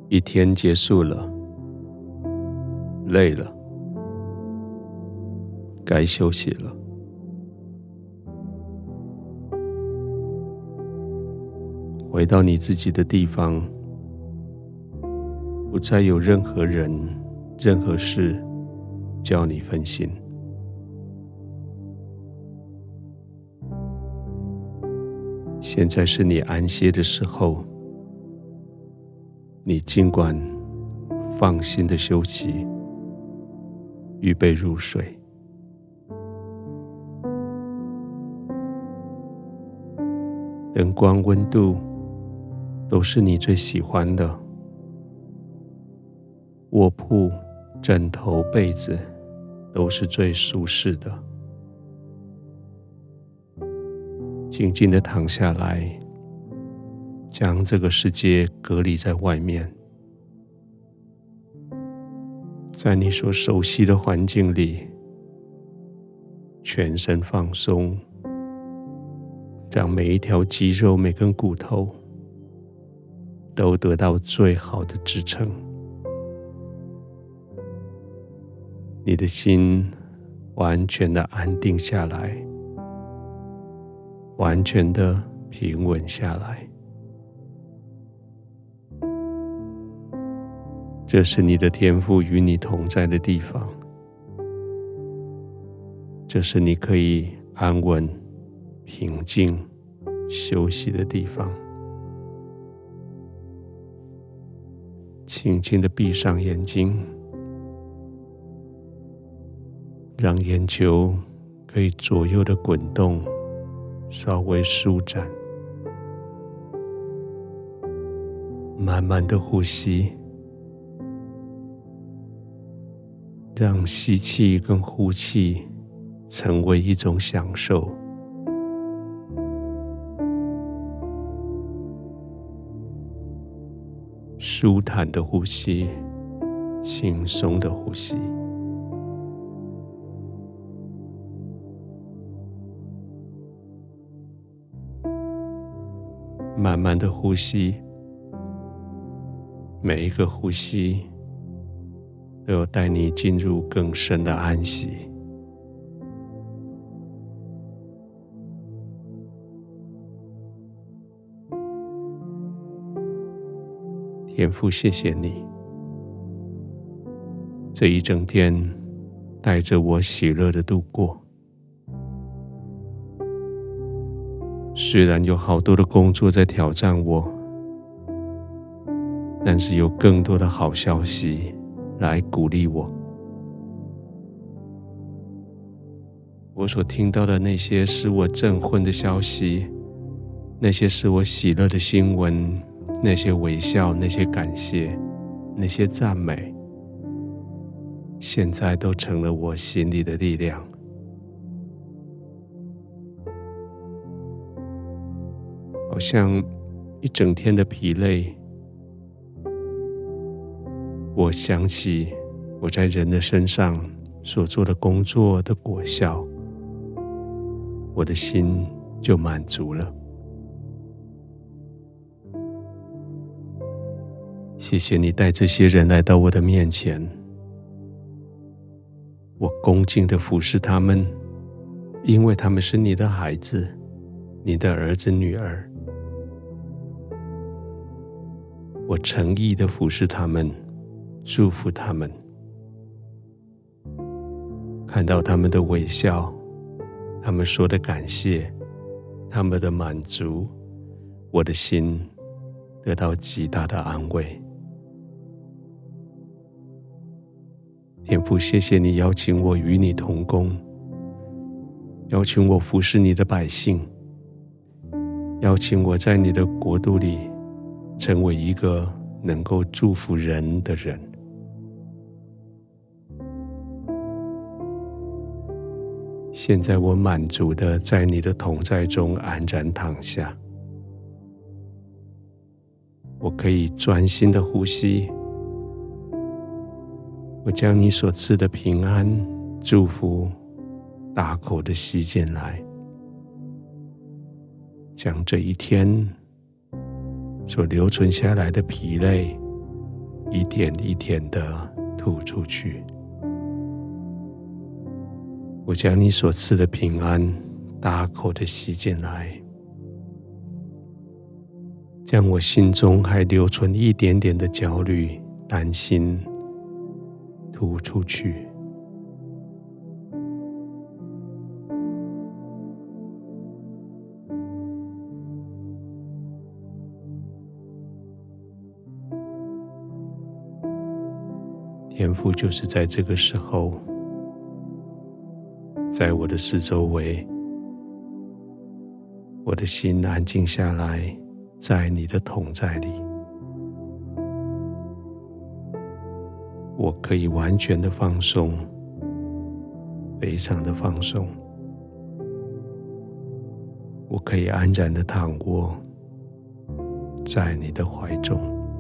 一天结束了，累了，该休息了。回到你自己的地方，不再有任何人、任何事叫你分心。现在是你安歇的时候，你尽管放心的休息，预备入睡。灯光、温度都是你最喜欢的，卧铺、枕头、被子都是最舒适的。静静地躺下来，将这个世界隔离在外面，在你所熟悉的环境里，全身放松，让每一条肌肉、每根骨头都得到最好的支撑。你的心完全的安定下来，完全的平稳下来。这是你的天父与你同在的地方，这是你可以安稳、平静、休息的地方。轻轻的闭上眼睛，让眼球可以左右的滚动，稍微舒展，慢慢的呼吸，让吸气跟呼气成为一种享受。舒坦的呼吸，轻松的呼吸。慢慢的呼吸，每一个呼吸都有带你进入更深的安息。天父，谢谢你，这一整天带着我喜乐的度过。虽然有好多的工作在挑战我，但是有更多的好消息来鼓励我。我所听到的那些使我振奋的消息，那些使我喜乐的新闻，那些微笑，那些感谢，那些赞美，现在都成了我心里的力量。好像一整天的疲累，我想起我在人的身上所做的工作的果效，我的心就满足了。谢谢你带这些人来到我的面前，我恭敬地服侍他们，因为他们是你的孩子，你的儿子女儿。我诚意地服侍他们，祝福他们，看到他们的微笑，他们说的感谢，他们的满足，我的心得到极大的安慰。天父，谢谢你邀请我与你同工，邀请我服侍你的百姓，邀请我在你的国度里成为一个能够祝福人的人。现在我满足的在你的同在中安然躺下，我可以专心的呼吸，我将你所赐的平安、祝福大口的吸进来，将这一天所留存下来的疲累一点一点的吐出去。我将你所赐的平安大口的吸进来，将我心中还留存一点点的焦虑、担心吐出去。天父就是在这个时候，在我的四周围，我的心安静下来，在你的同在里，我可以完全的放松，非常的放松。我可以安然的躺卧在你的怀中，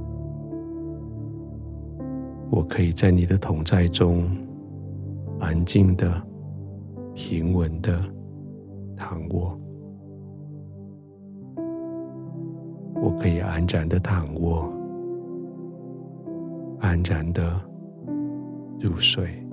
我可以在你的同在中安静的、平稳的躺卧，我可以安然的躺卧，安然的入睡。